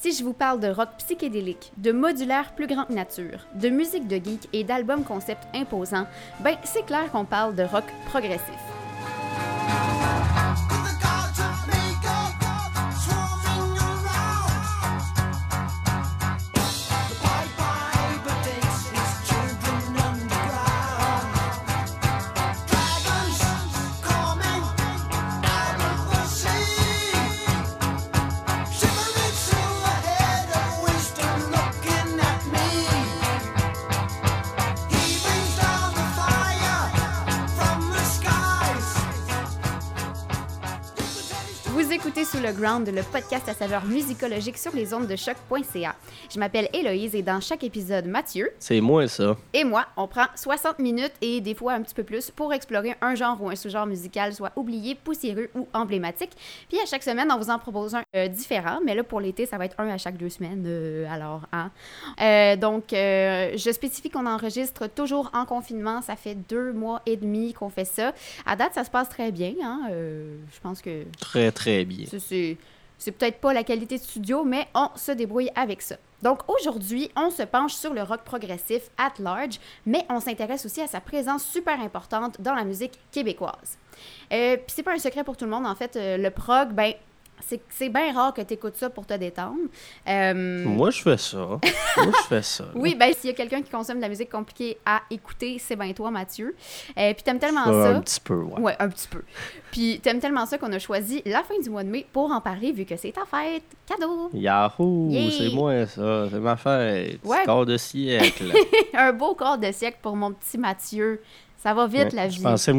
Si je vous parle de rock psychédélique, de modulaire plus grand que nature, de musique de geek et d'albums concept imposants, ben c'est clair qu'on parle de rock progressif. Écoutez Sous le Ground, le podcast à saveur musicologique sur les ondes de choc.ca. Je m'appelle Héloïse et dans chaque épisode, Mathieu... C'est moi, ça. Et moi, on prend 60 minutes et des fois un petit peu plus pour explorer un genre ou un sous-genre musical, soit oublié, poussiéreux ou emblématique. Puis à chaque semaine, on vous en propose un différent, mais là, pour l'été, ça va être un à chaque 2 semaines, alors, hein? Je spécifie qu'on enregistre toujours en confinement. Ça fait 2 mois et demi qu'on fait ça. À date, ça se passe très bien, hein? Je pense que... Très, très bien. C'est peut-être pas la qualité de studio, mais on se débrouille avec ça. Donc aujourd'hui, on se penche sur le rock progressif at large, mais on s'intéresse aussi à sa présence super importante dans la musique québécoise. Puis c'est pas un secret pour tout le monde, en fait, le prog, ben c'est bien rare que tu écoutes ça pour te détendre. Moi, je fais ça. Oui, ben s'il y a quelqu'un qui consomme de la musique compliquée à écouter, c'est bien toi, Mathieu. Puis t'aimes tellement ça... Un petit peu, ouais. Ouais, un petit peu. Puis t'aimes tellement ça qu'on a choisi la fin du mois de mai pour en parler, vu que c'est ta fête. Cadeau! Yahoo! Yeah. C'est moi, ça. C'est ma fête. Ouais. Quart de siècle. Un beau quart de siècle pour mon petit Mathieu. Ça va vite, la vie. Je pensais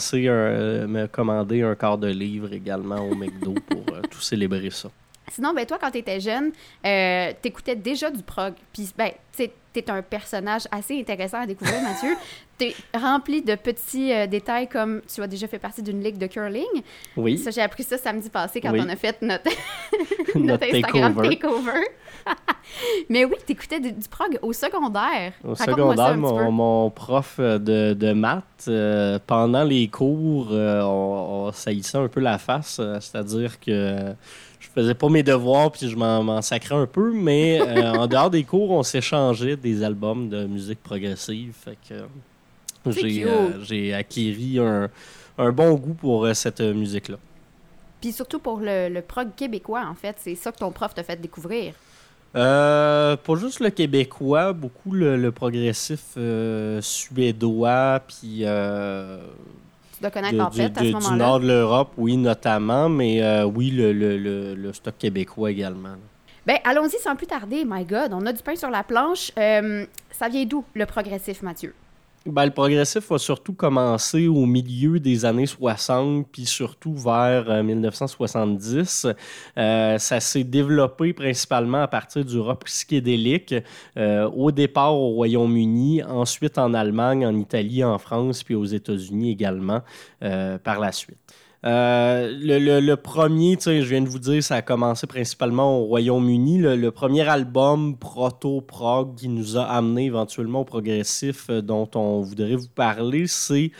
me commander un quart de livre également au McDo pour tout célébrer ça. Sinon, ben toi, quand t'étais jeune, t'écoutais déjà du prog. Puis, ben, t'es un personnage assez intéressant à découvrir, Mathieu. T'es rempli de petits détails comme tu as déjà fait partie d'une ligue de curling. Oui. Ça, j'ai appris ça samedi passé quand Oui. on a fait notre Instagram takeover. Mais oui, t'écoutais du prog au secondaire. Au Raconte-moi ça secondaire, un petit peu. mon prof de maths, pendant les cours, on saillissait un peu la face, c'est-à-dire que je faisais pas mes devoirs puis je m'en sacrais un peu, mais en dehors des cours, on s'échangeait des albums de musique progressive. Fait que j'ai acquis un bon goût pour cette musique-là. Puis surtout pour le prog québécois, en fait. C'est ça que ton prof t'a fait découvrir. Pas juste le québécois, beaucoup le progressif suédois, puis Tu dois connaître en fait à ce moment-là. du nord de l'Europe, oui, notamment, mais oui, le stock québécois également. Ben, allons-y sans plus tarder. My God, on a du pain sur la planche. Ça vient d'où, le progressif, Mathieu? Ben, le progressif a surtout commencé au milieu des années 60, puis surtout vers 1970. Ça s'est développé principalement à partir du rock psychédélique, au départ au Royaume-Uni, ensuite en Allemagne, en Italie, en France, puis aux États-Unis également par la suite. Le premier, je viens de vous dire, ça a commencé principalement au Royaume-Uni. Le premier album proto-prog qui nous a amené éventuellement au progressif dont on voudrait vous parler, c'est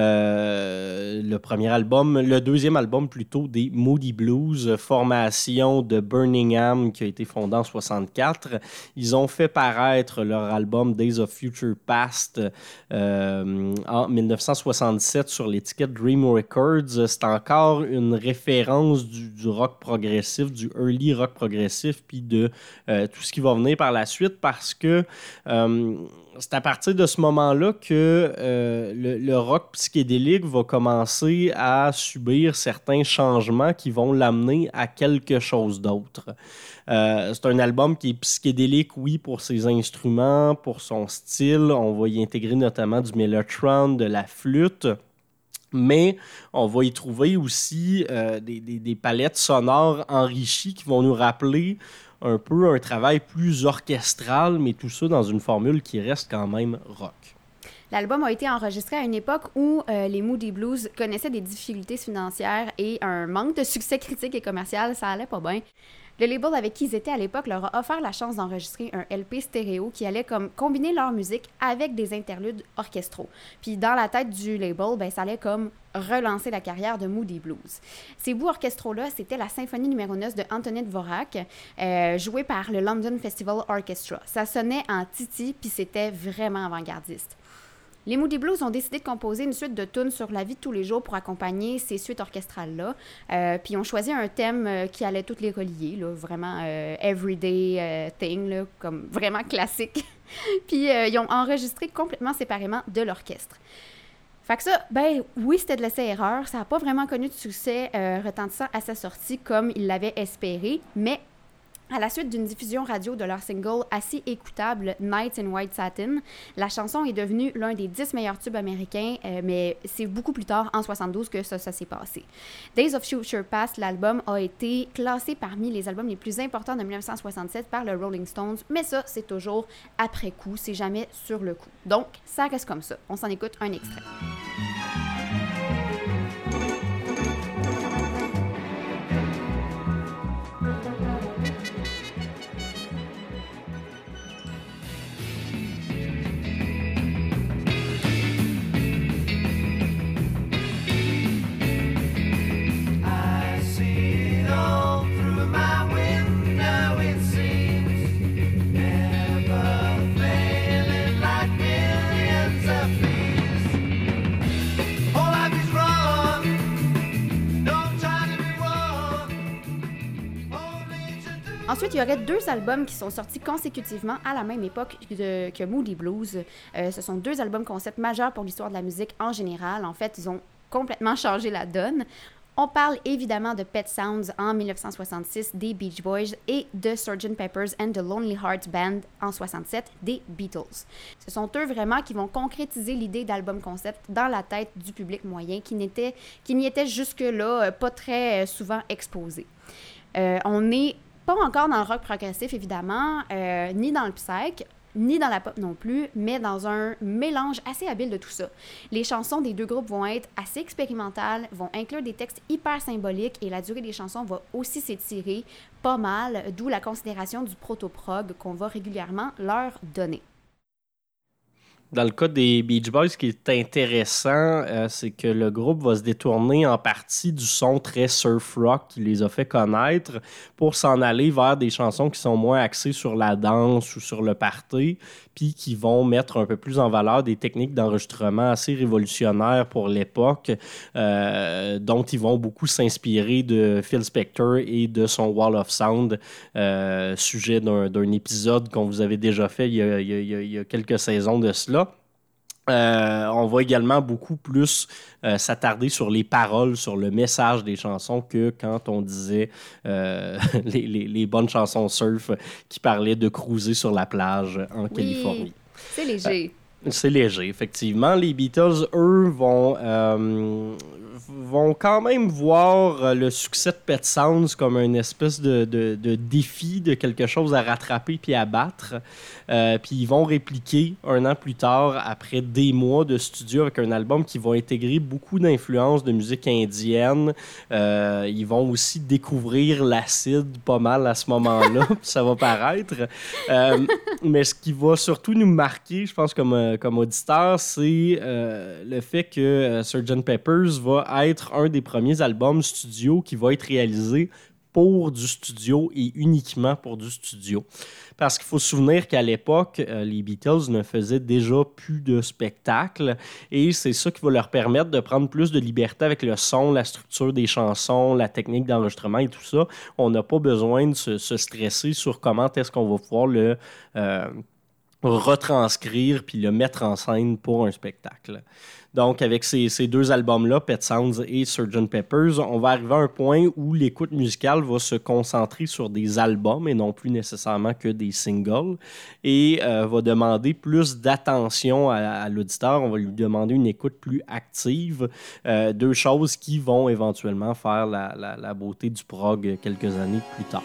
le deuxième album plutôt des Moody Blues, formation de Birmingham qui a été fondée en 1964. Ils ont fait paraître leur album Days of Future Past en 1967 sur l'étiquette Dream Records. C'est encore une référence du rock progressif, du early rock progressif, puis de tout ce qui va venir par la suite, parce que c'est à partir de ce moment-là que le rock psychédélique va commencer à subir certains changements qui vont l'amener à quelque chose d'autre. C'est un album qui est psychédélique, oui, pour ses instruments, pour son style. On va y intégrer notamment du mellotron, de la flûte. Mais on va y trouver aussi des palettes sonores enrichies qui vont nous rappeler un peu un travail plus orchestral, mais tout ça dans une formule qui reste quand même rock. L'album a été enregistré à une époque où les Moody Blues connaissaient des difficultés financières et un manque de succès critique et commercial. Ça allait pas bien. Le label avec qui ils étaient à l'époque leur a offert la chance d'enregistrer un LP stéréo qui allait comme combiner leur musique avec des interludes orchestraux. Puis dans la tête du label, ben, ça allait comme relancer la carrière de Moody Blues. Ces bouts orchestraux-là, c'était la symphonie numéro 9 de Antonin Dvorak, jouée par le London Festival Orchestra. Ça sonnait en titi, puis c'était vraiment avant-gardiste. Les Moody Blues ont décidé de composer une suite de tunes sur la vie de tous les jours pour accompagner ces suites orchestrales-là. Puis ils ont choisi un thème qui allait toutes les relier, là, vraiment everyday thing, là, comme vraiment classique. Puis ils ont enregistré complètement séparément de l'orchestre. Fait que ça, ben oui, c'était de l'essai-erreur. Ça n'a pas vraiment connu de succès retentissant à sa sortie comme ils l'avaient espéré, mais à la suite d'une diffusion radio de leur single assez écoutable Nights in White Satin, la chanson est devenue l'un des 10 meilleurs tubes américains, mais c'est beaucoup plus tard, en 72, que ça s'est passé. Days of Future Past, l'album, a été classé parmi les albums les plus importants de 1967 par le Rolling Stones, mais ça, c'est toujours après coup, c'est jamais sur le coup. Donc, ça reste comme ça. On s'en écoute un extrait. Ensuite, il y aurait 2 albums qui sont sortis consécutivement à la même époque que Moody Blues. Ce sont 2 albums concept majeurs pour l'histoire de la musique en général. En fait, ils ont complètement changé la donne. On parle évidemment de Pet Sounds en 1966 des Beach Boys et de Sgt. Pepper's and the Lonely Hearts Band en 67 des Beatles. Ce sont eux vraiment qui vont concrétiser l'idée d'album concept dans la tête du public moyen qui n'y était jusque-là pas très souvent exposé. On n'est pas encore dans le rock progressif, évidemment, ni dans le psych, ni dans la pop non plus, mais dans un mélange assez habile de tout ça. Les chansons des 2 groupes vont être assez expérimentales, vont inclure des textes hyper symboliques et la durée des chansons va aussi s'étirer pas mal, d'où la considération du proto-prog qu'on va régulièrement leur donner. Dans le cas des Beach Boys, ce qui est intéressant, c'est que le groupe va se détourner en partie du son très surf rock qui les a fait connaître pour s'en aller vers des chansons qui sont moins axées sur la danse ou sur le party, puis qui vont mettre un peu plus en valeur des techniques d'enregistrement assez révolutionnaires pour l'époque, dont ils vont beaucoup s'inspirer de Phil Spector et de son Wall of Sound, sujet d'un épisode qu'on vous avait déjà fait il y a quelques saisons de cela. On va également beaucoup plus s'attarder sur les paroles, sur le message des chansons que quand on disait les bonnes chansons surf qui parlaient de cruiser sur la plage en Californie. C'est léger. C'est léger, effectivement. Les Beatles, eux, vont quand même voir le succès de Pet Sounds comme une espèce de défi, de quelque chose à rattraper puis à battre. Puis ils vont répliquer 1 an plus tard, après des mois de studio, avec un album qui va intégrer beaucoup d'influences de musique indienne. Ils vont aussi découvrir l'acide pas mal à ce moment-là, puis ça va paraître. Mais ce qui va surtout nous marquer, je pense, comme auditeur, c'est le fait que Sgt. Pepper's va être un des premiers albums studio qui va être réalisé pour du studio et uniquement pour du studio. Parce qu'il faut se souvenir qu'à l'époque, les Beatles ne faisaient déjà plus de spectacles et c'est ça qui va leur permettre de prendre plus de liberté avec le son, la structure des chansons, la technique d'enregistrement et tout ça. On n'a pas besoin de se stresser sur comment est-ce qu'on va pouvoir le retranscrire puis le mettre en scène pour un spectacle. Donc, avec ces 2 albums-là, Pet Sounds et Sgt. Pepper's, on va arriver à un point où l'écoute musicale va se concentrer sur des albums et non plus nécessairement que des singles et va demander plus d'attention à l'auditeur. On va lui demander une écoute plus active. 2 choses qui vont éventuellement faire la beauté du prog quelques années plus tard.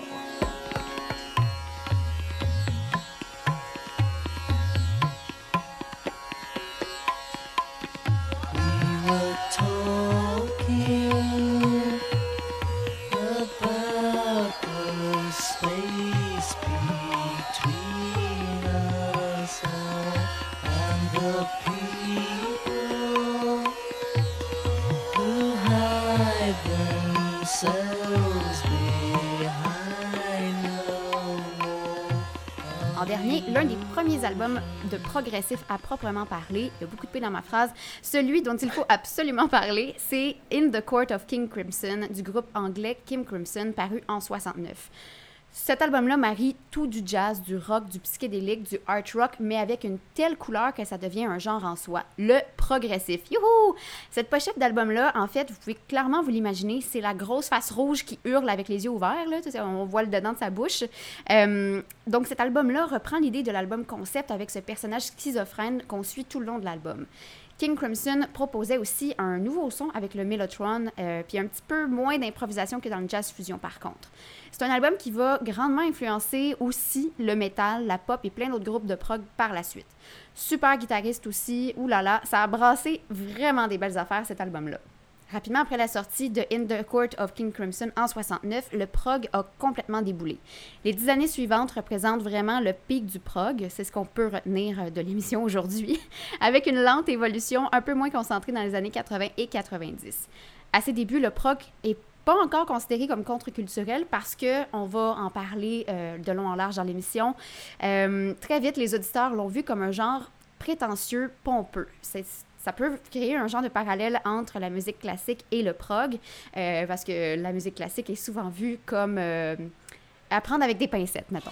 l'an dernier, l'un des premiers albums de progressif à proprement parler, il y a beaucoup de P dans ma phrase, celui dont il faut absolument parler, c'est In the Court of King Crimson du groupe anglais King Crimson, paru en 69. Cet album-là marie tout du jazz, du rock, du psychédélique, du art rock, mais avec une telle couleur que ça devient un genre en soi, le progressif. Youhou! Cette pochette d'album-là, en fait, vous pouvez clairement vous l'imaginer, c'est la grosse face rouge qui hurle avec les yeux ouverts, là, on voit le dedans de sa bouche. Donc cet album-là reprend l'idée de l'album concept avec ce personnage schizophrène qu'on suit tout le long de l'album. King Crimson proposait aussi un nouveau son avec le Mellotron, puis un petit peu moins d'improvisation que dans le jazz fusion par contre. C'est un album qui va grandement influencer aussi le metal, la pop et plein d'autres groupes de prog par la suite. Super guitariste aussi, oulala, ça a brassé vraiment des belles affaires cet album-là. Rapidement après la sortie de In the Court of King Crimson en 69, le prog a complètement déboulé. Les 10 années suivantes représentent vraiment le pic du prog, c'est ce qu'on peut retenir de l'émission aujourd'hui, avec une lente évolution un peu moins concentrée dans les années 80 et 90. À ses débuts, le prog est pas encore considéré comme contre-culturel parce qu'on va en parler de long en large dans l'émission. Très vite, les auditeurs l'ont vu comme un genre prétentieux, pompeux. Ça peut créer un genre de parallèle entre la musique classique et le prog, parce que la musique classique est souvent vue comme à prendre avec des pincettes, mettons.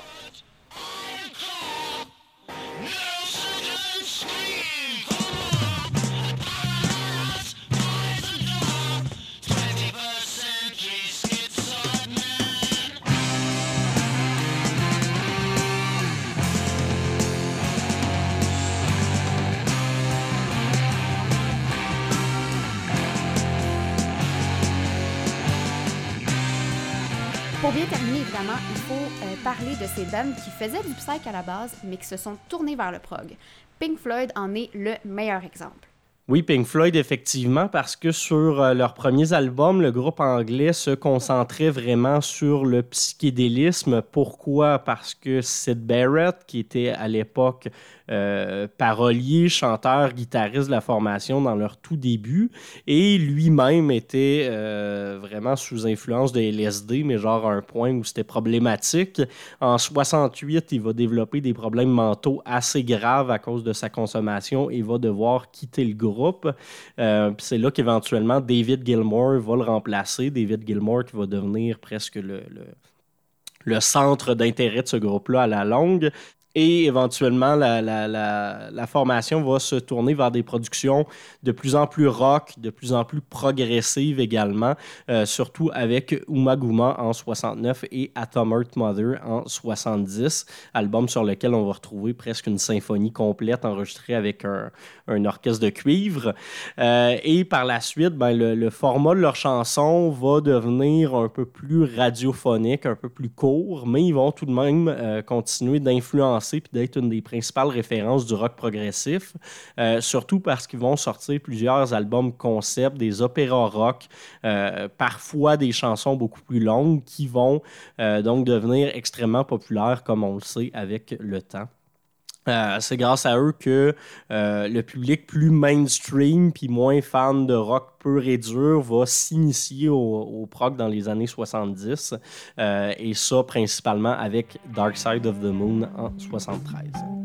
Pour bien terminer, évidemment, il faut parler de ces bandes qui faisaient du psych à la base, mais qui se sont tournées vers le prog. Pink Floyd en est le meilleur exemple. Oui, Pink Floyd, effectivement, parce que sur leurs premiers albums, le groupe anglais se concentrait vraiment sur le psychédélisme. Pourquoi? Parce que Syd Barrett, qui était à l'époque parolier, chanteur, guitariste de la formation dans leur tout début, et lui-même était vraiment sous influence de LSD, mais genre à un point où c'était problématique. En 68, il va développer des problèmes mentaux assez graves à cause de sa consommation et va devoir quitter le groupe. C'est là qu'éventuellement David Gilmour va le remplacer. David Gilmour qui va devenir presque le centre d'intérêt de ce groupe-là à la longue. Et éventuellement, la formation va se tourner vers des productions de plus en plus rock, de plus en plus progressives également, surtout avec Ummagumma en 69 et Atom Earth Mother en 70, album sur lequel on va retrouver presque une symphonie complète enregistrée avec un orchestre de cuivre. Et par la suite, le format de leurs chansons va devenir un peu plus radiophonique, un peu plus court, mais ils vont tout de même continuer d'influencer puis d'être une des principales références du rock progressif, surtout parce qu'ils vont sortir plusieurs albums concept, des opéras rock, parfois des chansons beaucoup plus longues qui vont donc devenir extrêmement populaires, comme on le sait, avec le temps. C'est grâce à eux que le public plus mainstream puis moins fan de rock pur et dur va s'initier au prog dans les années 70 et ça principalement avec Dark Side of the Moon en 73.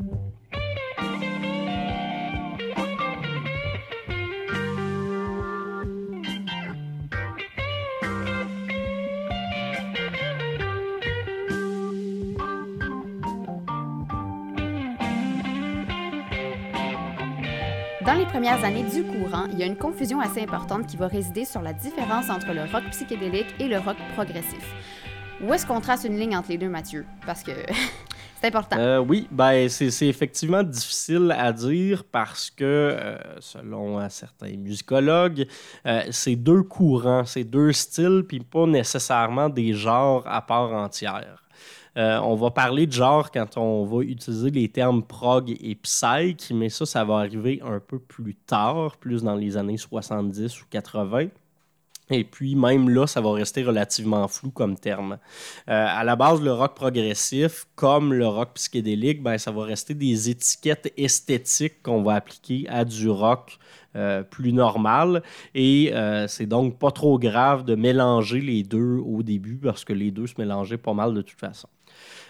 Dans les premières années du courant, il y a une confusion assez importante qui va résider sur la différence entre le rock psychédélique et le rock progressif. Où est-ce qu'on trace une ligne entre les deux, Mathieu? Parce que c'est important. Oui, c'est effectivement difficile à dire parce que, selon certains musicologues, c'est deux courants, c'est deux styles, puis pas nécessairement des genres à part entière. On va parler de genre quand on va utiliser les termes prog et psych, mais ça va arriver un peu plus tard, plus dans les années 70 ou 80. Et puis, même là, ça va rester relativement flou comme terme. À la base, le rock progressif, comme le rock psychédélique, ça va rester des étiquettes esthétiques qu'on va appliquer à du rock plus normal. Et c'est donc pas trop grave de mélanger les deux au début parce que les deux se mélangeaient pas mal de toute façon.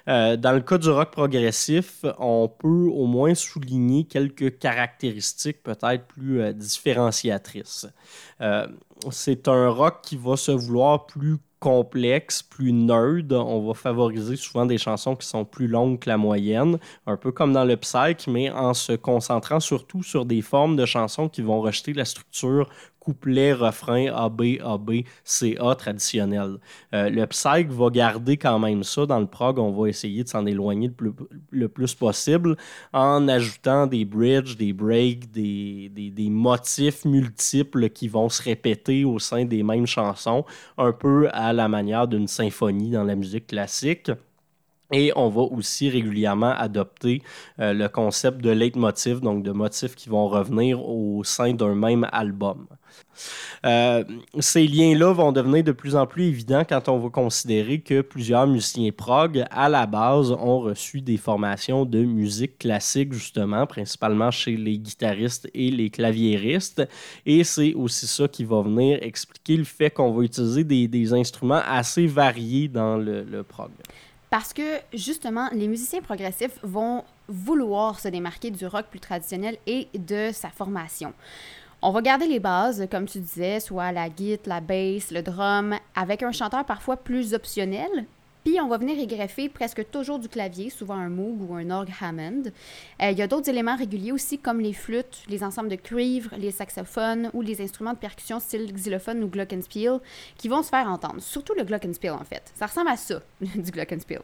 Dans le cas du rock progressif, on peut au moins souligner quelques caractéristiques peut-être plus différenciatrices. C'est un rock qui va se vouloir plus complexe, plus nerd. On va favoriser souvent des chansons qui sont plus longues que la moyenne, un peu comme dans le psych, mais en se concentrant surtout sur des formes de chansons qui vont rejeter la structure couplet, refrain, AB, AB, CA traditionnel. Le psych va garder quand même ça. Dans le prog, on va essayer de s'en éloigner le plus possible en ajoutant des bridges, des breaks, des motifs multiples qui vont se répéter au sein des mêmes chansons, un peu à la manière d'une symphonie dans la musique classique. Et on va aussi régulièrement adopter le concept de leitmotiv, donc de motifs qui vont revenir au sein d'un même album. Ces liens-là vont devenir de plus en plus évidents quand on va considérer que plusieurs musiciens prog, à la base, ont reçu des formations de musique classique, justement, principalement chez les guitaristes et les claviéristes. Et c'est aussi ça qui va venir expliquer le fait qu'on va utiliser des instruments assez variés dans le prog. Parce que, justement, les musiciens progressifs vont vouloir se démarquer du rock plus traditionnel et de sa formation. On va garder les bases, comme tu disais, soit la guitare, la bass, le drum, avec un chanteur parfois plus optionnel, puis on va venir y greffer presque toujours du clavier, souvent un Moog ou un orgue Hammond. Il y a d'autres éléments réguliers aussi, comme les flûtes, les ensembles de cuivre, les saxophones ou les instruments de percussion style xylophone ou glockenspiel, qui vont se faire entendre. Surtout le glockenspiel, en fait. Ça ressemble à ça, du glockenspiel.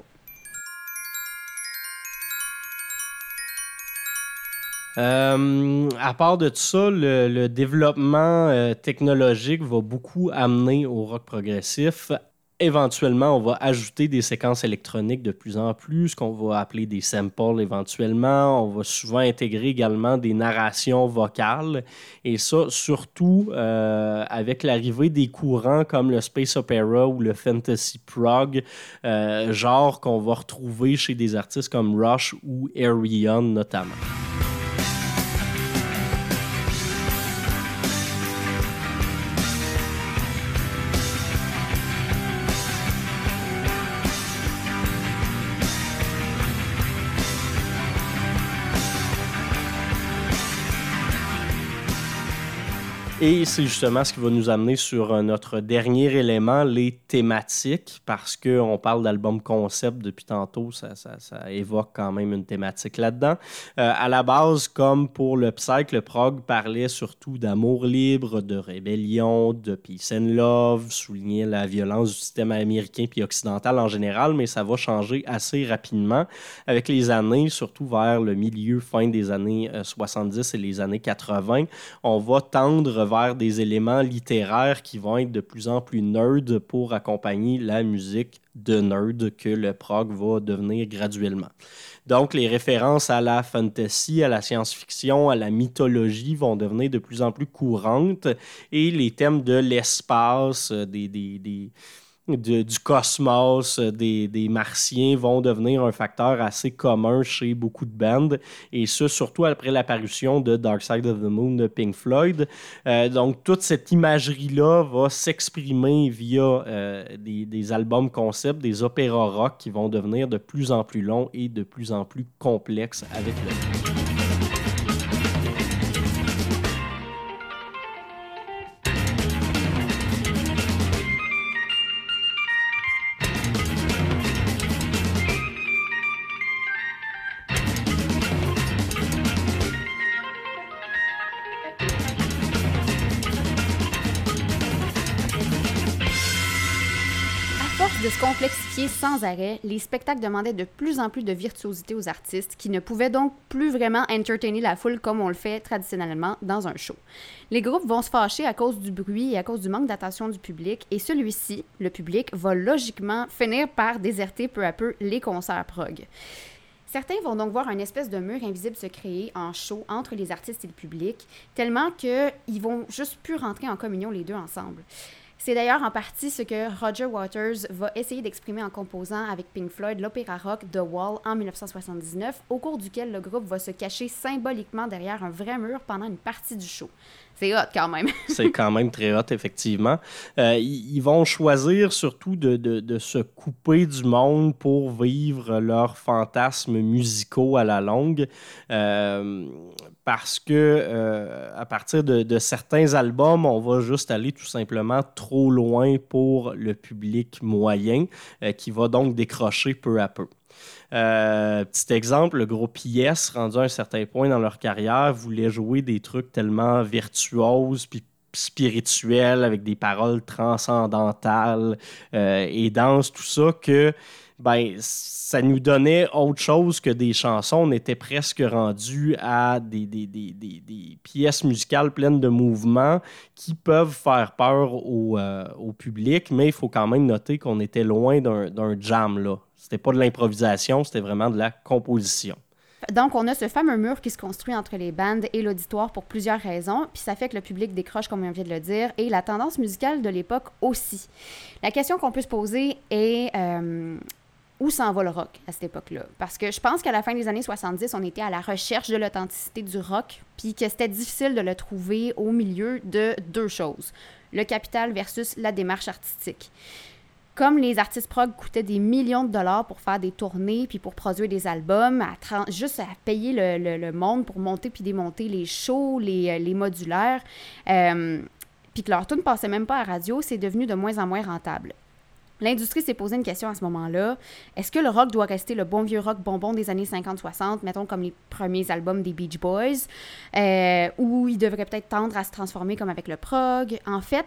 À part de tout ça, le développement technologique va beaucoup amener au rock progressif. Éventuellement, on va ajouter des séquences électroniques de plus en plus, ce qu'on va appeler des samples éventuellement. On va souvent intégrer également des narrations vocales. Et ça, surtout avec l'arrivée des courants comme le space opera ou le fantasy prog, genre qu'on va retrouver chez des artistes comme Rush ou Ayreon notamment. Et c'est justement ce qui va nous amener sur notre dernier élément, les thématiques, parce qu'on parle d'album concept depuis tantôt, ça évoque quand même une thématique là-dedans. À la base, comme pour le psych, le prog parlait surtout d'amour libre, de rébellion, de peace and love, soulignait la violence du système américain puis occidental en général, mais ça va changer assez rapidement avec les années, surtout vers le milieu, fin des années 70 et les années 80. On va tendre vers des éléments littéraires qui vont être de plus en plus nerd pour accompagner la musique de nerd que le prog va devenir graduellement. Donc, les références à la fantasy, à la science-fiction, à la mythologie vont devenir de plus en plus courantes et les thèmes de l'espace, du cosmos, des martiens vont devenir un facteur assez commun chez beaucoup de bandes, et ça surtout après l'apparition de Dark Side of the Moon de Pink Floyd. Donc toute cette imagerie-là va s'exprimer via des albums concept, des opéras rock qui vont devenir de plus en plus longs et de plus en plus complexes avec le temps. De se complexifier sans arrêt, les spectacles demandaient de plus en plus de virtuosité aux artistes qui ne pouvaient donc plus vraiment entertainer la foule comme on le fait traditionnellement dans un show. Les groupes vont se fâcher à cause du bruit et à cause du manque d'attention du public, et celui-ci, le public, va logiquement finir par déserter peu à peu les concerts prog. Certains vont donc voir une espèce de mur invisible se créer en show entre les artistes et le public, tellement qu'ils vont juste plus rentrer en communion les deux ensemble. C'est d'ailleurs en partie ce que Roger Waters va essayer d'exprimer en composant avec Pink Floyd l'opéra rock The Wall en 1979, au cours duquel le groupe va se cacher symboliquement derrière un vrai mur pendant une partie du show. C'est hot quand même. C'est quand même très hot, effectivement. Ils vont choisir surtout de se couper du monde pour vivre leurs fantasmes musicaux à la longue. Parce que à partir de certains albums, on va juste aller tout simplement trop loin pour le public moyen, qui va donc décrocher peu à peu. Petit exemple, le groupe Yes, rendu à un certain point dans leur carrière, voulait jouer des trucs tellement virtuoses puis spirituels avec des paroles transcendantales et denses, tout ça, que ça nous donnait autre chose que des chansons. On était presque rendu à des pièces musicales pleines de mouvements qui peuvent faire peur au public, mais il faut quand même noter qu'on était loin d'un jam, là. C'était pas de l'improvisation, c'était vraiment de la composition. Donc, on a ce fameux mur qui se construit entre les bandes et l'auditoire pour plusieurs raisons, puis ça fait que le public décroche, comme on vient de le dire, et la tendance musicale de l'époque aussi. La question qu'on peut se poser est où s'en va le rock à cette époque-là? Parce que je pense qu'à la fin des années 70, on était à la recherche de l'authenticité du rock, puis que c'était difficile de le trouver au milieu de deux choses, le capital versus la démarche artistique. Comme les artistes prog coûtaient des millions de dollars pour faire des tournées puis pour produire des albums, juste à payer le monde pour monter puis démonter les shows, les modulaires, puis que leur tune ne passait même pas à la radio, c'est devenu de moins en moins rentable. L'industrie s'est posé une question à ce moment-là. Est-ce que le rock doit rester le bon vieux rock bonbon des années 50-60, mettons comme les premiers albums des Beach Boys, ou il devrait peut-être tendre à se transformer comme avec le prog? En fait,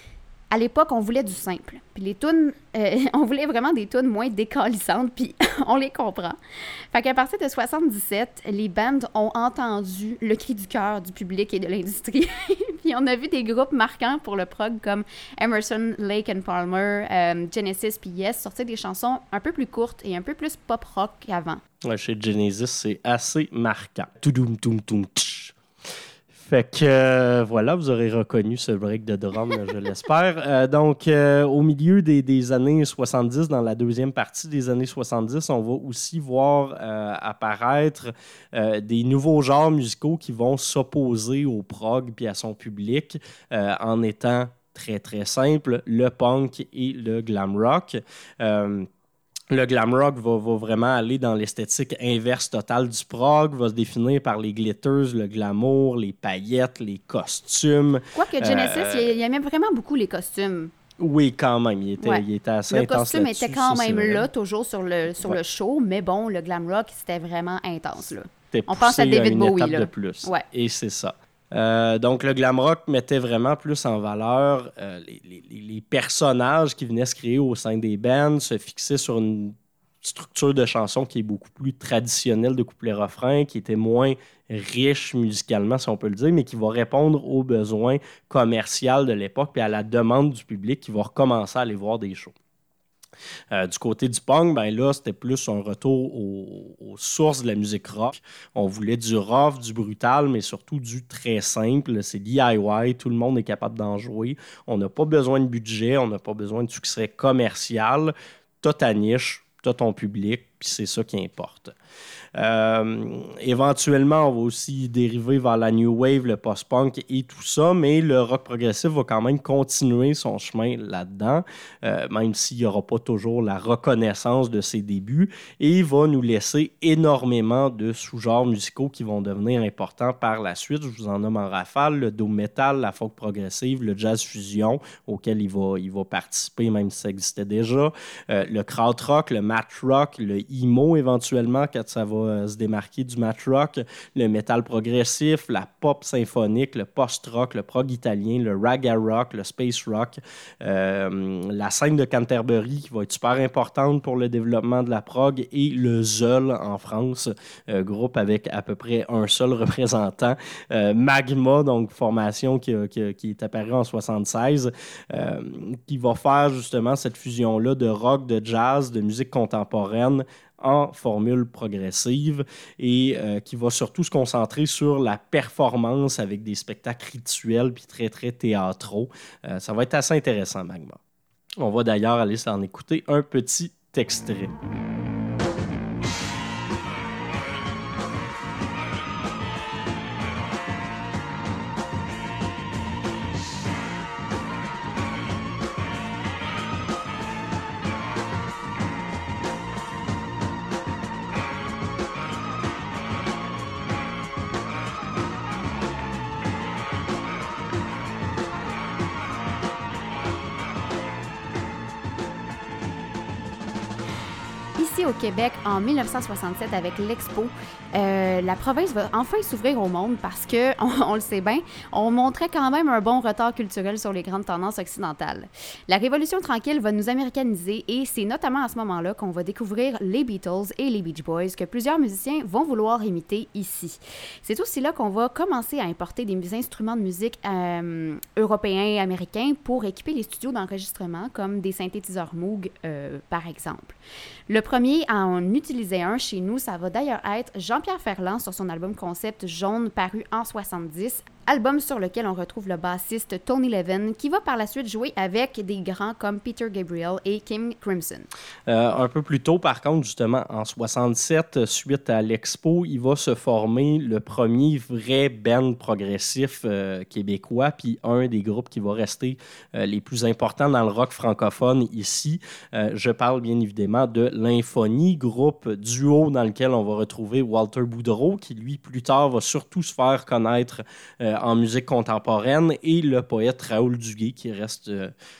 à l'époque, on voulait du simple. Puis les tunes, on voulait vraiment des tunes moins décalissantes, puis on les comprend. Fait qu'à partir de 77, les bands ont entendu le cri du cœur du public et de l'industrie. Puis on a vu des groupes marquants pour le prog comme Emerson, Lake and Palmer, Genesis puis Yes sortir des chansons un peu plus courtes et un peu plus pop-rock qu'avant. Ouais, chez Genesis, c'est assez marquant. Toudoum, toum, toum, tch. Fait que voilà, vous aurez reconnu ce break de drum, je l'espère. Donc, au milieu des années 70, dans la deuxième partie des années 70, on va aussi voir apparaître des nouveaux genres musicaux qui vont s'opposer au prog puis à son public en étant très, très simple, le punk et le glam rock. Le glam rock va vraiment aller dans l'esthétique inverse totale du prog, va se définir par les glitters, le glamour, les paillettes, les costumes. Quoique Genesis, il aimait vraiment beaucoup les costumes. Oui, quand même. Il était assez intense. Le costume était quand même là, toujours sur le show, mais bon, le glam rock, c'était vraiment intense. Là. On pense à David Bowie. De plus. Ouais. Et c'est ça. Donc, le glam rock mettait vraiment plus en valeur les personnages qui venaient se créer au sein des bands, se fixer sur une structure de chanson qui est beaucoup plus traditionnelle de couplet-refrain, qui était moins riche musicalement, si on peut le dire, mais qui va répondre aux besoins commerciaux de l'époque et à la demande du public qui va recommencer à aller voir des shows. Du côté du punk, là, c'était plus un retour aux sources de la musique rock. On voulait du rough, du brutal, mais surtout du très simple. C'est DIY, tout le monde est capable d'en jouer. On n'a pas besoin de budget, on n'a pas besoin de succès commercial. T'as ta niche, t'as ton public, puis c'est ça qui importe. Éventuellement, on va aussi dériver vers la new wave, le post-punk et tout ça, mais le rock progressif va quand même continuer son chemin là-dedans, même s'il n'y aura pas toujours la reconnaissance de ses débuts, et il va nous laisser énormément de sous-genres musicaux qui vont devenir importants par la suite. Je vous en nomme en rafale: le doom metal, la folk progressive, le jazz fusion, auquel il va participer, même si ça existait déjà, le krautrock, le math rock, le emo éventuellement, quand ça va se démarquer du math rock, le métal progressif, la pop symphonique, le post-rock, le prog italien, le raga rock, le space rock, la scène de Canterbury qui va être super importante pour le développement de la prog, et le Zeul en France, groupe avec à peu près un seul représentant, Magma, donc formation qui est apparue en 76, qui va faire justement cette fusion-là de rock, de jazz, de musique contemporaine en formule progressive et qui va surtout se concentrer sur la performance avec des spectacles rituels puis très, très théâtraux. Ça va être assez intéressant, Magma. On va d'ailleurs aller s'en écouter un petit extrait. Ici au Québec, en 1967, avec l'Expo, la province va enfin s'ouvrir au monde parce que, on le sait bien, on montrait quand même un bon retard culturel sur les grandes tendances occidentales. La Révolution tranquille va nous américaniser et c'est notamment à ce moment-là qu'on va découvrir les Beatles et les Beach Boys que plusieurs musiciens vont vouloir imiter ici. C'est aussi là qu'on va commencer à importer des instruments de musique européens et américains pour équiper les studios d'enregistrement, comme des synthétiseurs Moog, par exemple. Le premier à en utiliser un chez nous, ça va d'ailleurs être Jean-Pierre Ferland sur son album concept Jaune paru en 70, album sur lequel on retrouve le bassiste Tony Levin qui va par la suite jouer avec des grands comme Peter Gabriel et King Crimson. Un peu plus tôt, par contre, justement, en 67, suite à l'Expo, il va se former le premier vrai band progressif québécois, puis un des groupes qui va rester les plus importants dans le rock francophone ici. Je parle bien évidemment de l'Infonie, groupe duo dans lequel on va retrouver Walter Boudreau, qui lui, plus tard, va surtout se faire connaître en musique contemporaine, et le poète Raoul Duguay, qui reste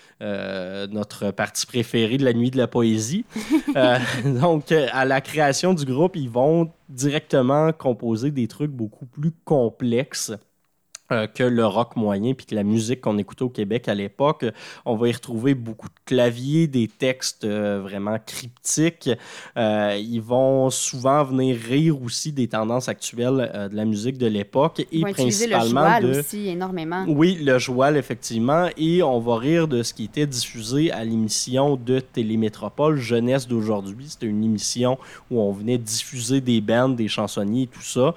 notre partie préférée de la nuit de la poésie. Donc, à la création du groupe, ils vont directement composer des trucs beaucoup plus complexes que le rock moyen, puis que la musique qu'on écoutait au Québec à l'époque. On va y retrouver beaucoup de claviers, des textes vraiment cryptiques. Ils vont souvent venir rire aussi des tendances actuelles de la musique de l'époque. Ils vont principalement utiliser le joual aussi énormément. Oui, le joual, effectivement. Et on va rire de ce qui était diffusé à l'émission de Télémétropole, Jeunesse d'aujourd'hui. C'était une émission où on venait diffuser des bands, des chansonniers, tout ça.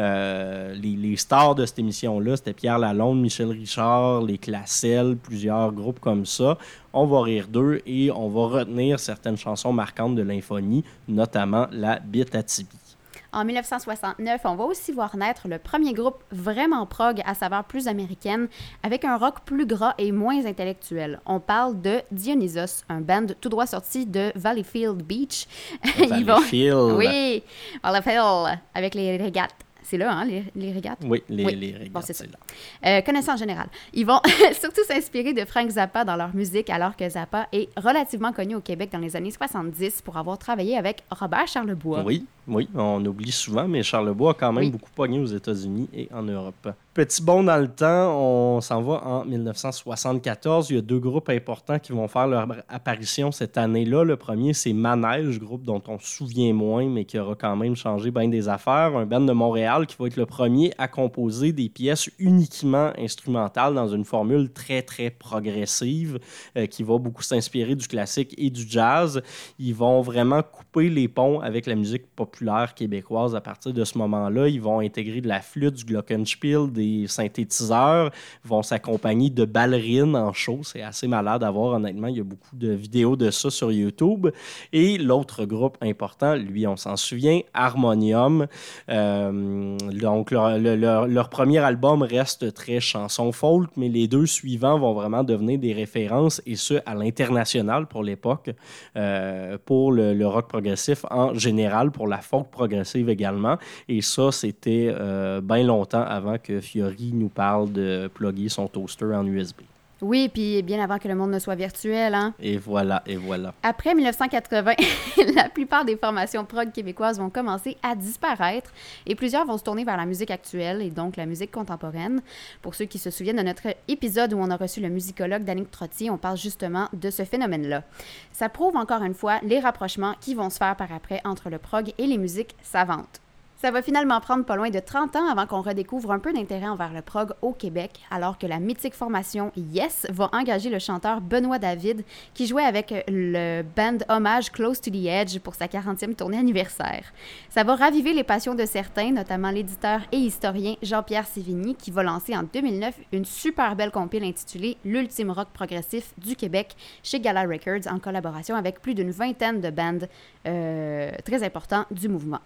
Les stars de cette émission-là, c'était Pierre Lalonde, Michel Richard, les Classel, plusieurs groupes comme ça. On va rire d'eux et on va retenir certaines chansons marquantes de l'Infonie, notamment la Bite-à-Tibi. En 1969, on va aussi voir naître le premier groupe vraiment prog à saveur plus américaine, avec un rock plus gras et moins intellectuel. On parle de Dionysos, un band tout droit sorti de Valleyfield Beach. Valleyfield. Oui, Valleyfield, avec les régates. C'est là, hein, les régates? Oui, les régates, bon, c'est ça. Là. Connaissance générale. Ils vont surtout s'inspirer de Frank Zappa dans leur musique, alors que Zappa est relativement connu au Québec dans les années 70 pour avoir travaillé avec Robert Charlebois. Oui, on oublie souvent, mais Charlebois a quand même beaucoup pogné aux États-Unis et en Europe. Petit bond dans le temps, on s'en va en 1974. Il y a deux groupes importants qui vont faire leur apparition cette année-là. Le premier, c'est Manège, groupe dont on se souvient moins, mais qui aura quand même changé bien des affaires. Un band de Montréal qui va être le premier à composer des pièces uniquement instrumentales dans une formule très, très progressive qui va beaucoup s'inspirer du classique et du jazz. Ils vont vraiment couper les ponts avec la musique populaire québécoise à partir de ce moment-là. Ils vont intégrer de la flûte, du glockenspiel, des synthétiseurs, vont s'accompagner de ballerines en show. C'est assez malade à voir, honnêtement. Il y a beaucoup de vidéos de ça sur YouTube. Et l'autre groupe important, lui, on s'en souvient, Harmonium. Donc, leur premier album reste très chanson folk, mais les deux suivants vont vraiment devenir des références, et ce, à l'international pour l'époque, pour le rock progressif en général, pour la folk progressive également. Et ça, c'était bien longtemps avant que Fiori nous parle de plugger son toaster en USB. Oui, puis bien avant que le monde ne soit virtuel, hein? Et voilà. Après 1980, la plupart des formations prog québécoises vont commencer à disparaître et plusieurs vont se tourner vers la musique actuelle et donc la musique contemporaine. Pour ceux qui se souviennent de notre épisode où on a reçu le musicologue Danick Trottier, on parle justement de ce phénomène-là. Ça prouve encore une fois les rapprochements qui vont se faire par après entre le prog et les musiques savantes. Ça va finalement prendre pas loin de 30 ans avant qu'on redécouvre un peu d'intérêt envers le prog au Québec, alors que la mythique formation Yes va engager le chanteur Benoît David, qui jouait avec le band hommage Close to the Edge pour sa 40e tournée anniversaire. Ça va raviver les passions de certains, notamment l'éditeur et historien Jean-Pierre Sévigny, qui va lancer en 2009 une super belle compile intitulée L'ultime rock progressif du Québec chez Gala Records, en collaboration avec plus d'une vingtaine de bands très importants du mouvement.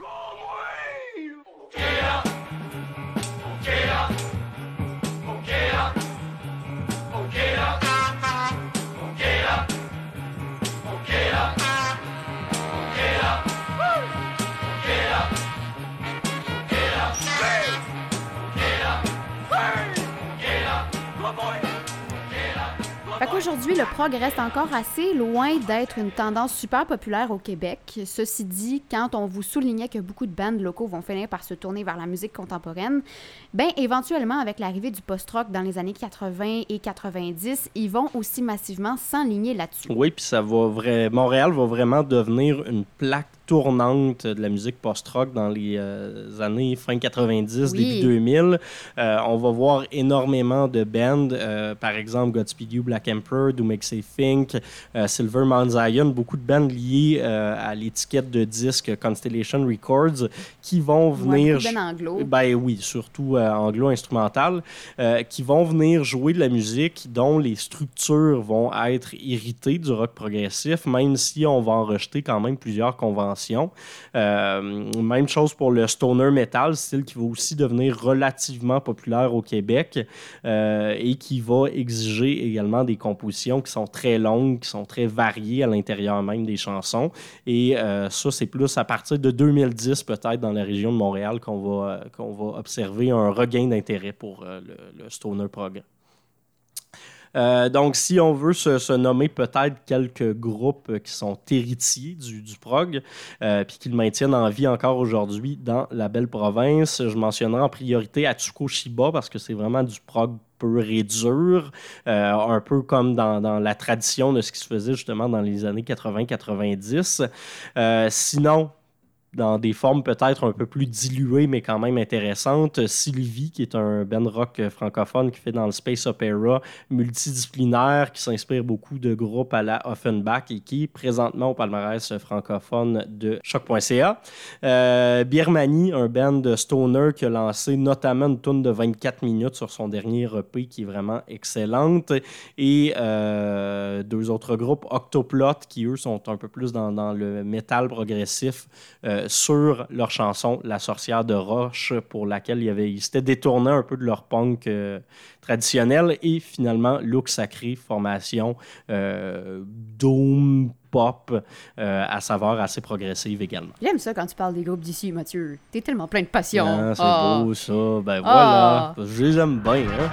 Fait qu'aujourd'hui, le prog reste encore assez loin d'être une tendance super populaire au Québec. Ceci dit, quand on vous soulignait que beaucoup de bandes locaux vont finir par se tourner vers la musique contemporaine, ben éventuellement, avec l'arrivée du post-rock dans les années 80 et 90, ils vont aussi massivement s'enligner là-dessus. Oui, puis Montréal va vraiment devenir une plaque tournante de la musique post-rock dans les années fin 90, début 2000. On va voir énormément de bands, par exemple Godspeed You, Black Emperor, Do Make Say Think, Silver Mount Zion, beaucoup de bands liées à l'étiquette de disque Constellation Records qui vont venir... beaucoup de bands anglo. Ben oui, surtout anglo-instrumental, qui vont venir jouer de la musique dont les structures vont être héritées du rock progressif, même si on va en rejeter quand même plusieurs conventions. Même chose pour le stoner metal, style qui va aussi devenir relativement populaire au Québec et qui va exiger également des compositions qui sont très longues, qui sont très variées à l'intérieur même des chansons. Et ça, c'est plus à partir de 2010 peut-être dans la région de Montréal qu'on va observer un regain d'intérêt pour le stoner prog. Donc, si on veut se nommer peut-être quelques groupes qui sont héritiers du prog, puis qui le maintiennent en vie encore aujourd'hui dans la belle province, je mentionnerai en priorité Atsuko Shiba parce que c'est vraiment du prog pur et dur, un peu comme dans la tradition de ce qui se faisait justement dans les années 80-90. Sinon, dans des formes peut-être un peu plus diluées, mais quand même intéressantes. Sylvie, qui est un band rock francophone qui fait dans le space opera multidisciplinaire, qui s'inspire beaucoup de groupes à la Offenbach et qui est présentement au palmarès francophone de Choc.ca. Birmanie, un band de stoner qui a lancé notamment une tune de 24 minutes sur son dernier EP qui est vraiment excellente. Et deux autres groupes, Octoplot, qui eux sont un peu plus dans le métal progressif, sur leur chanson La sorcière de Roche, pour laquelle ils s'étaient détournés un peu de leur punk traditionnel. Et finalement, Look Sacré, formation doom pop à saveur assez progressive également. J'aime ça quand tu parles des groupes d'ici, Mathieu. T'es tellement plein de passion. Ah, c'est beau ça. Ben voilà. Je les aime bien, hein.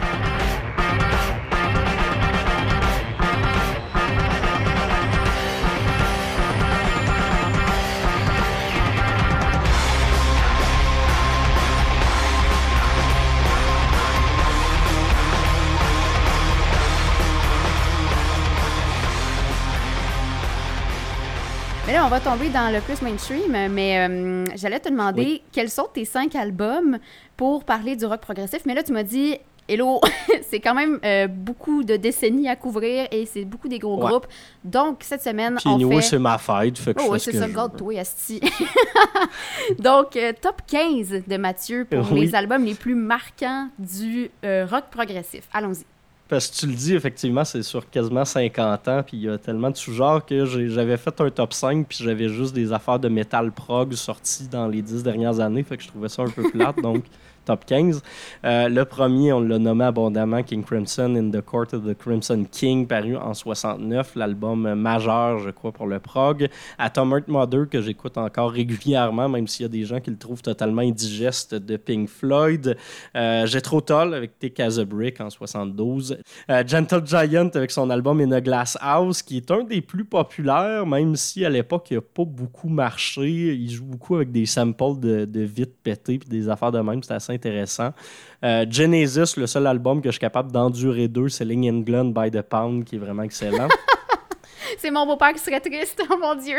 Mais là, on va tomber dans le plus mainstream, mais j'allais te demander quels sont tes 5 albums pour parler du rock progressif. Mais là, tu m'as dit, hello, c'est quand même beaucoup de décennies à couvrir et c'est beaucoup des gros groupes. Donc, cette semaine, puis on fait... c'est ma fête, fait que je fais c'est ce que ça, je God, veux. toi, asti. Donc, top 15 de Mathieu pour les albums les plus marquants du rock progressif. Allons-y. Parce que tu le dis, effectivement, c'est sur quasiment 50 ans, puis il y a tellement de sous-genres que j'avais fait un top 5, puis j'avais juste des affaires de metal prog sorties dans les 10 dernières années, fait que je trouvais ça un peu plate, donc top 15. Le premier, on l'a nommé abondamment, King Crimson in the Court of the Crimson King, paru en 69, l'album majeur, je crois, pour le prog. Atom Heart Mother, que j'écoute encore régulièrement, même s'il y a des gens qui le trouvent totalement indigeste, de Pink Floyd. Jethro Tull avec Take as a Brick en 72. Gentle Giant avec son album In a Glass House, qui est un des plus populaires, même si à l'époque, il n'a pas beaucoup marché. Il joue beaucoup avec des samples de vitres pétées puis des affaires de même. C'est assez intéressant. Genesis, le seul album que je suis capable d'endurer d'eux, c'est Ling England by the Pound, qui est vraiment excellent. C'est mon beau-père qui serait triste, oh mon Dieu!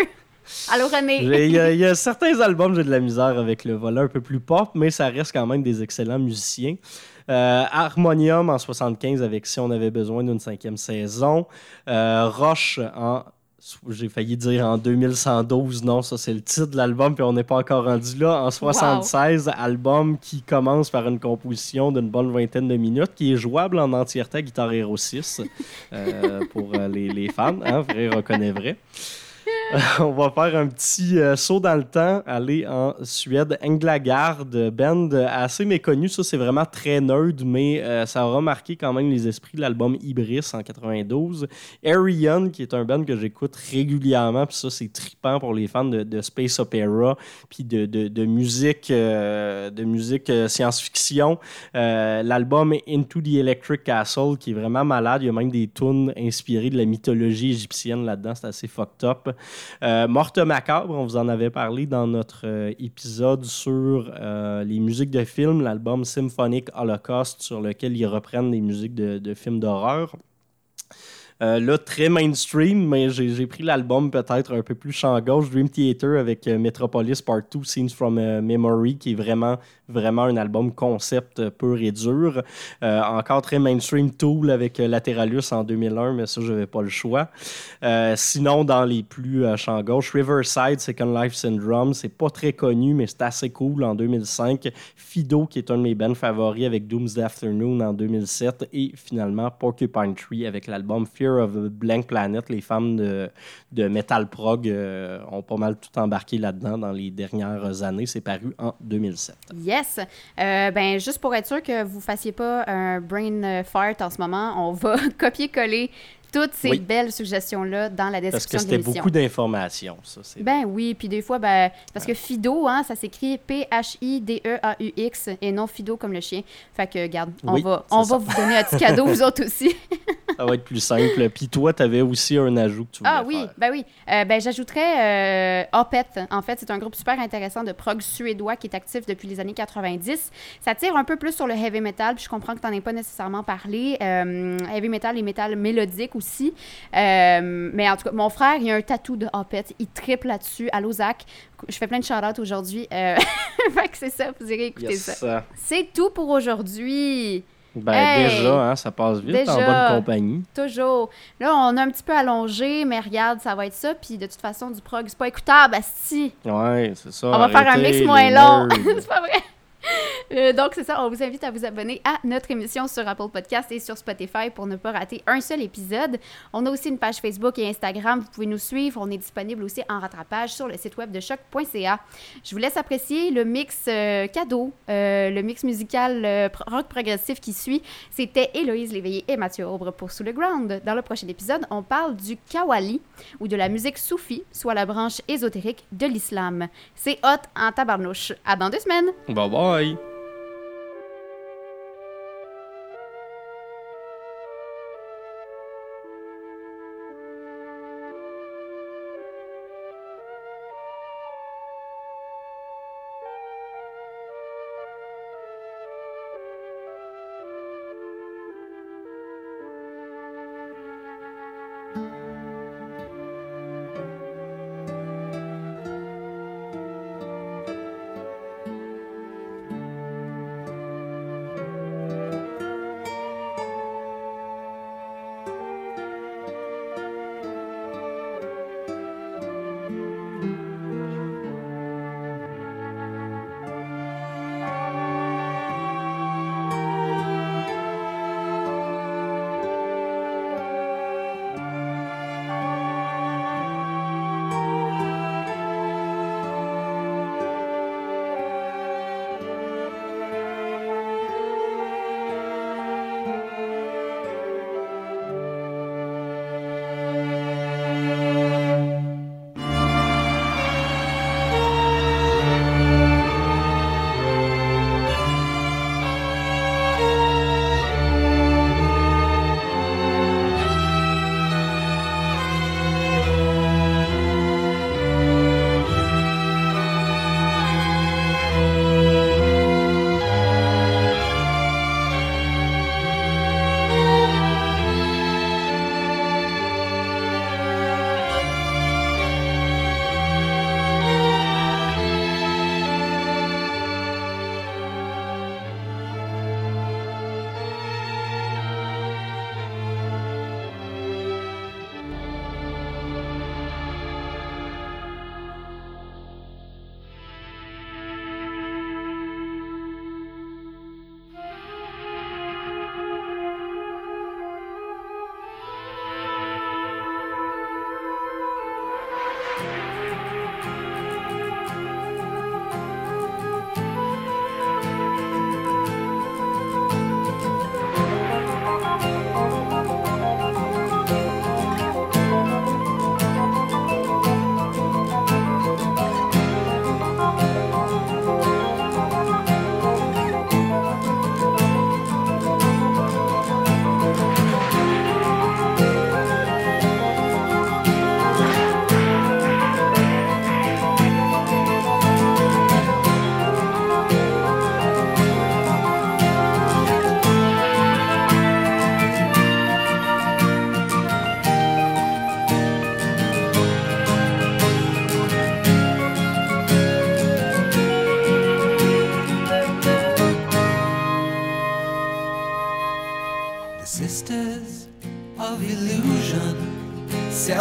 Allô, René? Il y a certains albums, j'ai de la misère avec le volet un peu plus pop, mais ça reste quand même des excellents musiciens. Harmonium en 75 avec Si on avait besoin d'une 5e saison. Rush en... J'ai failli dire en 2112, non, ça c'est le titre de l'album, puis on n'est pas encore rendu là. En 76, album qui commence par une composition d'une bonne vingtaine de minutes, qui est jouable en entièreté à Guitar Hero 6, pour les fans, hein, vrai reconnaît vrai. On va faire un petit saut dans le temps, aller en Suède. Englagard, band assez méconnu. Ça, c'est vraiment très nerd, mais ça aura marqué quand même les esprits de l'album Ibris en 92. Arion, qui est un band que j'écoute régulièrement, puis ça, c'est trippant pour les fans de space opera, puis de musique, science-fiction. L'album Into the Electric Castle, qui est vraiment malade. Il y a même des tunes inspirées de la mythologie égyptienne là-dedans. C'est assez fucked up. Morte Macabre, on vous en avait parlé dans notre épisode sur les musiques de films, l'album Symphonic Holocaust, sur lequel ils reprennent des musiques de films d'horreur. Là, très mainstream, mais j'ai pris l'album peut-être un peu plus champ gauche, Dream Theater avec Metropolis Part 2, Scenes from Memory, qui est vraiment un album concept pur et dur. Encore très mainstream, Tool avec Lateralus en 2001, mais ça, je n'avais pas le choix. Sinon, dans les plus champ gauche, Riverside, Second Life Syndrome, c'est pas très connu, mais c'est assez cool en 2005. Fido, qui est un de mes bands favoris avec Doomsday Afternoon en 2007. Et finalement, Porcupine Tree avec l'album Fear of a Blank Planet. Les femmes de Metal Prog ont pas mal tout embarqué là-dedans dans les dernières années. C'est paru en 2007. Yes! Juste pour être sûr que vous ne fassiez pas un brain fart en ce moment, on va copier-coller toutes ces belles suggestions-là dans la description de l'émission. Parce que c'était beaucoup d'informations, ça. Oui, puis des fois, parce que Fido, hein, ça s'écrit P-H-I-D-E-A-U-X et non Fido comme le chien. Fait que, regarde, on va vous donner un petit cadeau, vous autres aussi. Ça va être plus simple. Puis toi, tu avais aussi un ajout que tu voulais faire. J'ajouterais Opeth. En fait, c'est un groupe super intéressant de prog suédois qui est actif depuis les années 90. Ça tire un peu plus sur le heavy metal, puis je comprends que tu n'en aies pas nécessairement parlé. Heavy metal et metal mélodique aussi. Mais en tout cas, mon frère, il a un tatou de Opeth. Il triple là-dessus. Allô, Zach. Je fais plein de shout-outs aujourd'hui. Fait que c'est ça, vous irez écouter ça. C'est tout pour aujourd'hui. Déjà, hein, ça passe vite en bonne compagnie. Toujours. Là, on a un petit peu allongé, mais regarde, ça va être ça. Puis de toute façon, du prog, c'est pas écoutable, asti. Ouais, c'est ça. On va faire un mix moins long. C'est pas vrai. Donc, c'est ça. On vous invite à vous abonner à notre émission sur Apple Podcast et sur Spotify pour ne pas rater un seul épisode. On a aussi une page Facebook et Instagram. Vous pouvez nous suivre. On est disponible aussi en rattrapage sur le site web de choc.ca. Je vous laisse apprécier le mix cadeau, le mix musical rock progressif qui suit. C'était Héloïse Léveillé et Mathieu Aubre pour Sous le Ground. Dans le prochain épisode, on parle du Qawwali ou de la musique soufie, soit la branche ésotérique de l'islam. C'est hot en tabarnouche. À dans 2 semaines! Bye bye!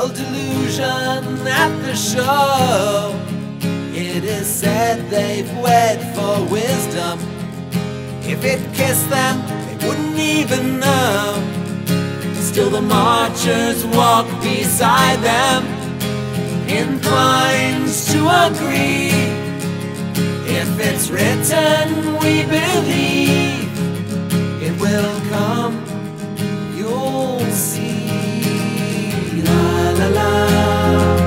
sell delusion at the show. It is said they've wed for wisdom. If it kissed them, they wouldn't even know. Still the marchers walk beside them, inclined to agree. If it's written, we believe it will come, you'll see. La la la.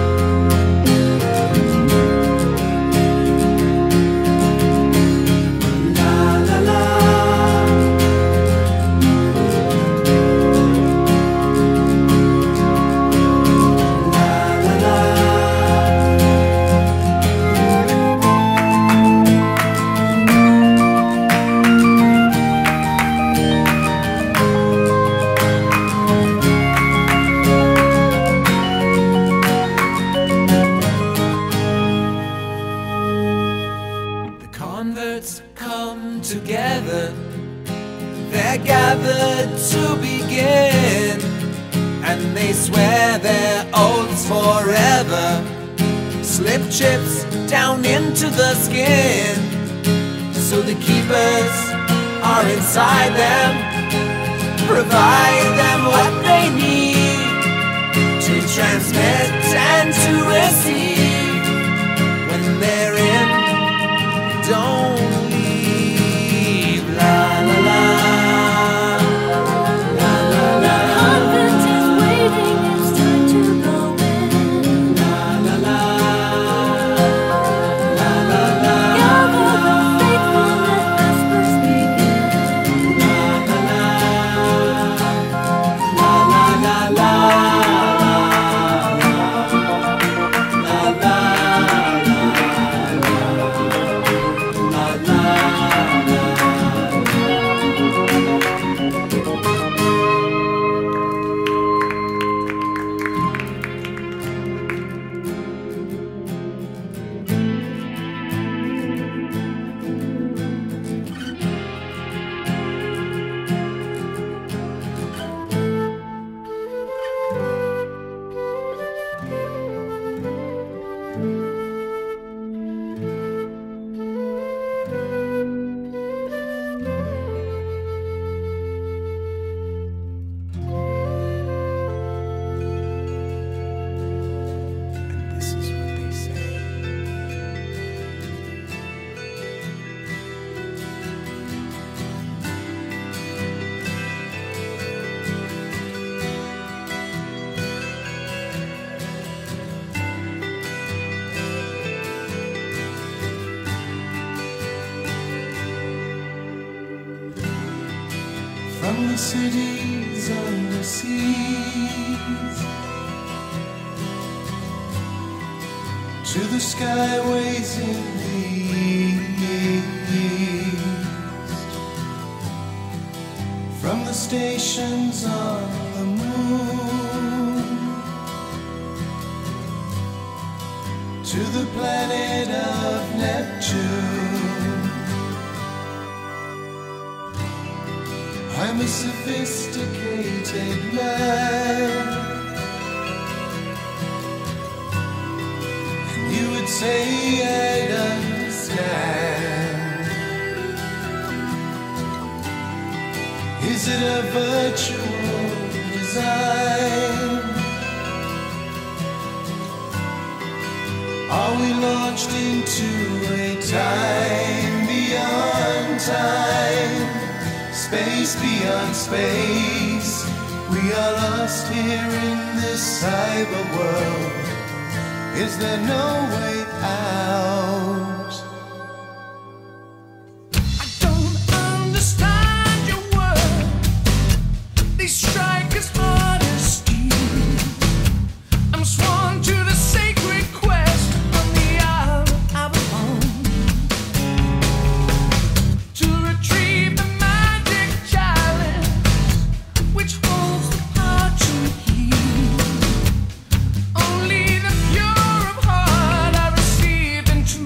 Gathered to begin, and they swear their oaths forever, slip chips down into the skin. So the keepers are inside them, provide them what they need to transmit and to receive. When they're in, don't leave. La la la. From the cities and the seas to the skyways in the east, from the stations on the moon to the planet of Neptune. I'm a sophisticated man, and you would say I'd understand. Is it a virtual design? Are we launched into a time beyond time? Space beyond space, we are lost here in this cyber world. Is there no way out? I don't understand your word. They strike as hard as steel. I'm sworn to the sacred quest on the Isle of Avalon to retrieve the which holds the power to heal. Only the pure of heart are received into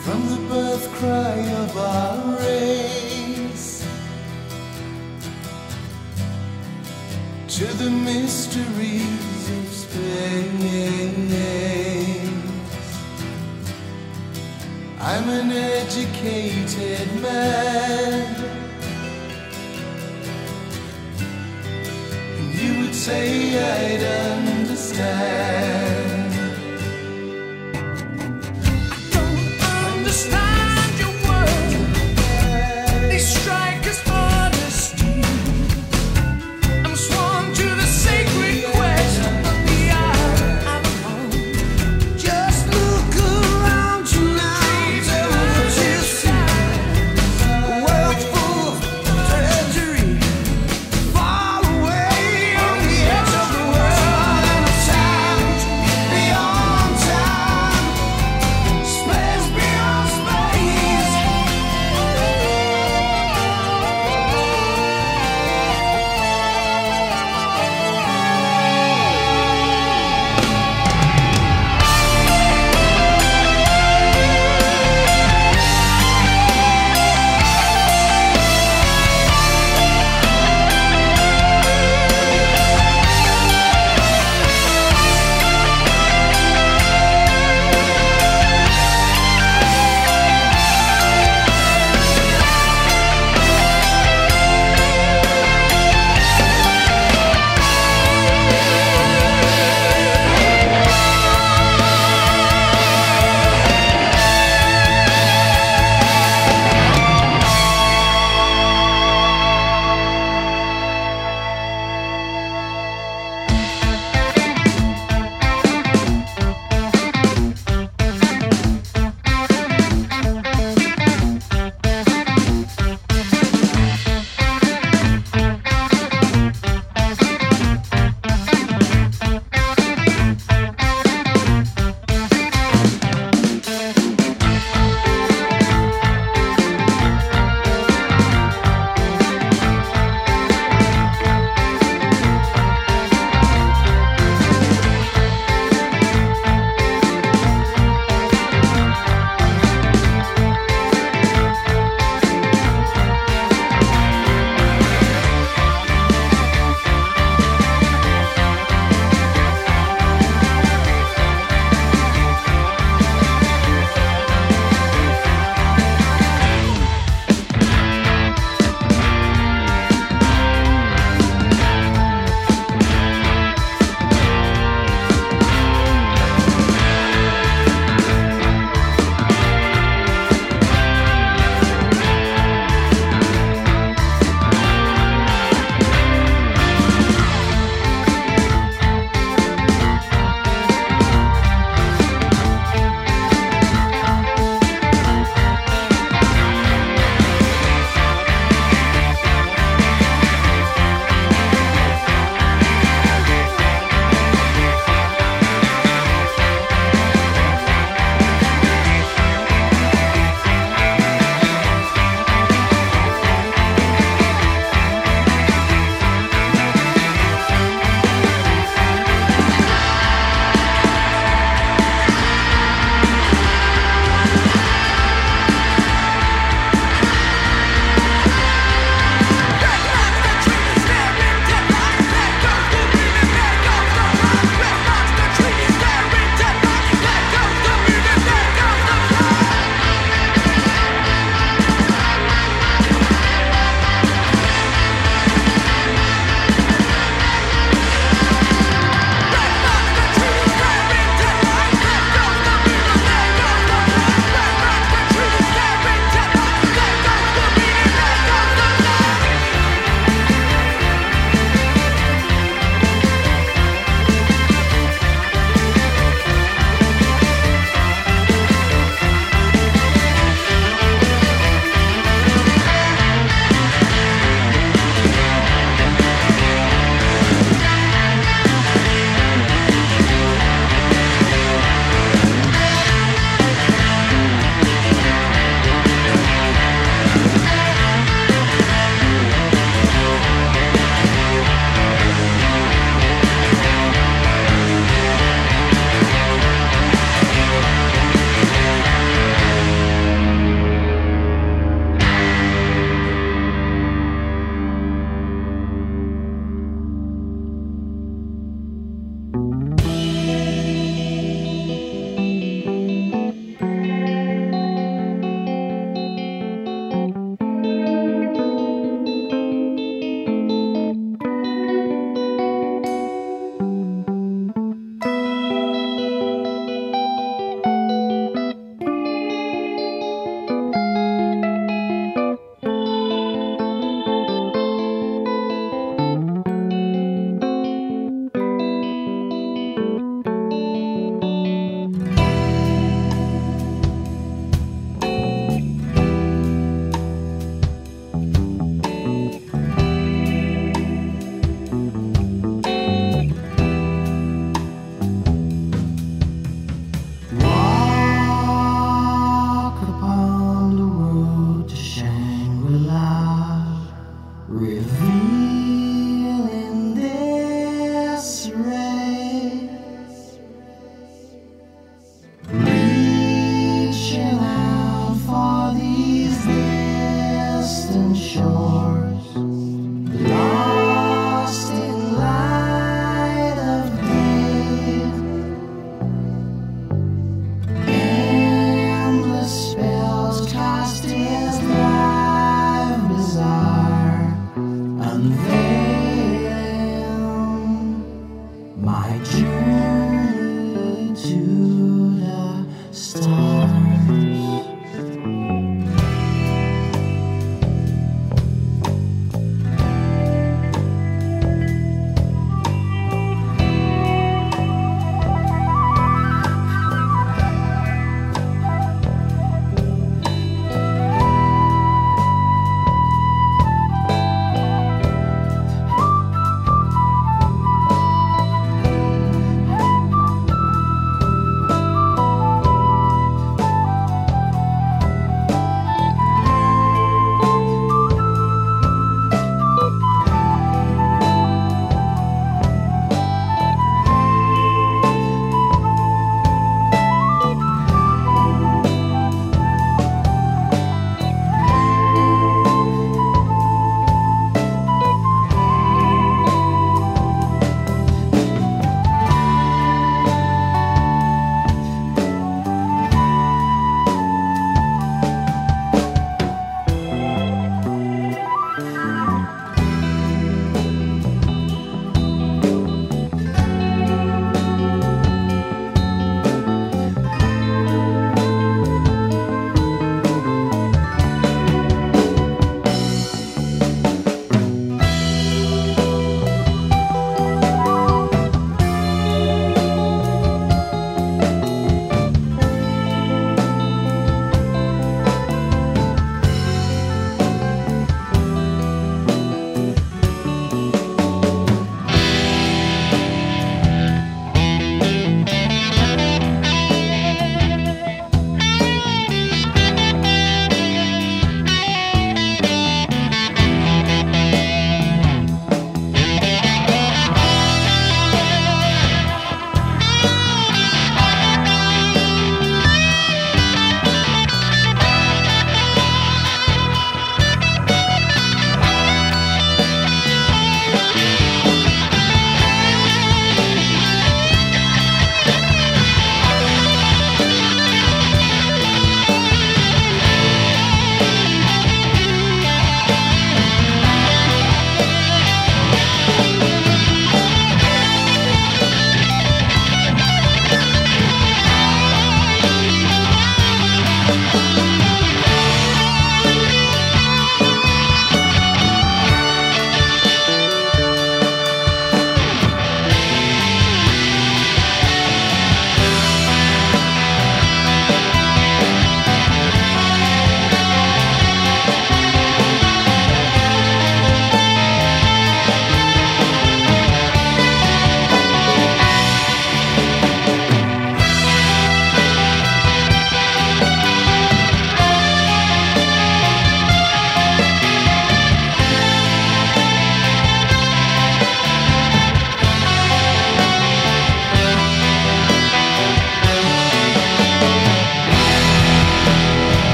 from the birth cry of our race to the mysteries of space. I'm an educated man, and you would say I'd understand. I don't understand your words. They strike as honesty. I'm sworn to the sacred quest of the eye I belong. Just look around you now. Don't you see a world full of treachery? Far away on the edge of the world, and a sound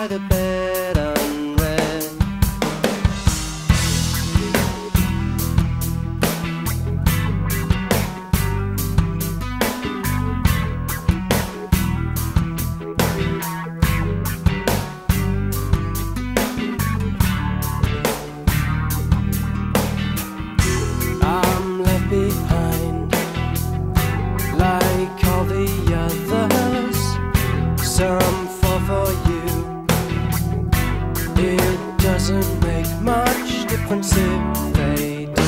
by the bed unread. I'm left behind like all the others. Some fall for you. It doesn't make much difference if they do.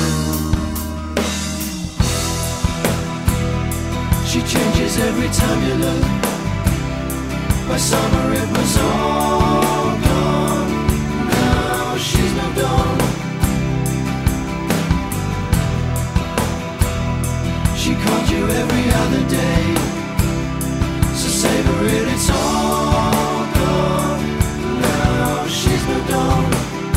She changes every time you look. By summer it was all gone. Now she's moved on. She called you every other day. So savor it, it's all gone. Now she's moved on.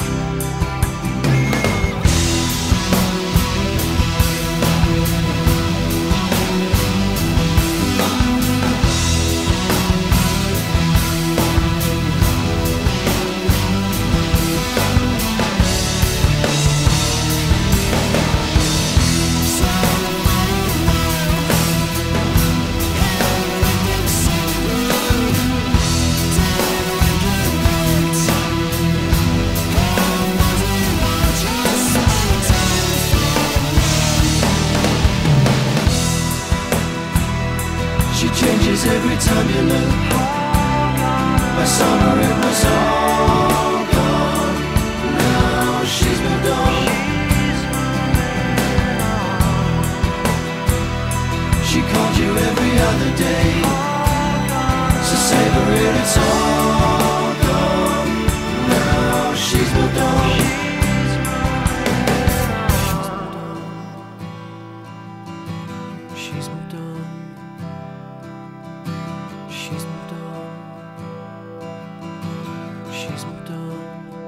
She changes every time you look. By summer it was all gone. Now she's moved on. She called you every other day. So savor it, it's all gone. Now she's moved on. She's moved on. She's moved on. She's moved on.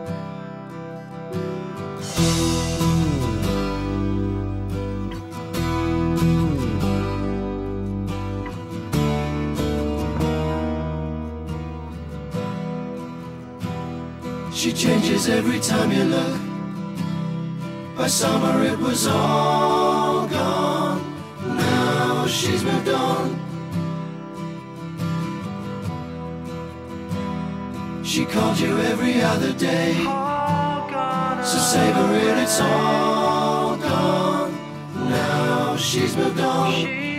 She changes every time you look. By summer it was all gone. Now she's moved on. She called you every other day. So savor it, it's all gone. Now she's moved on.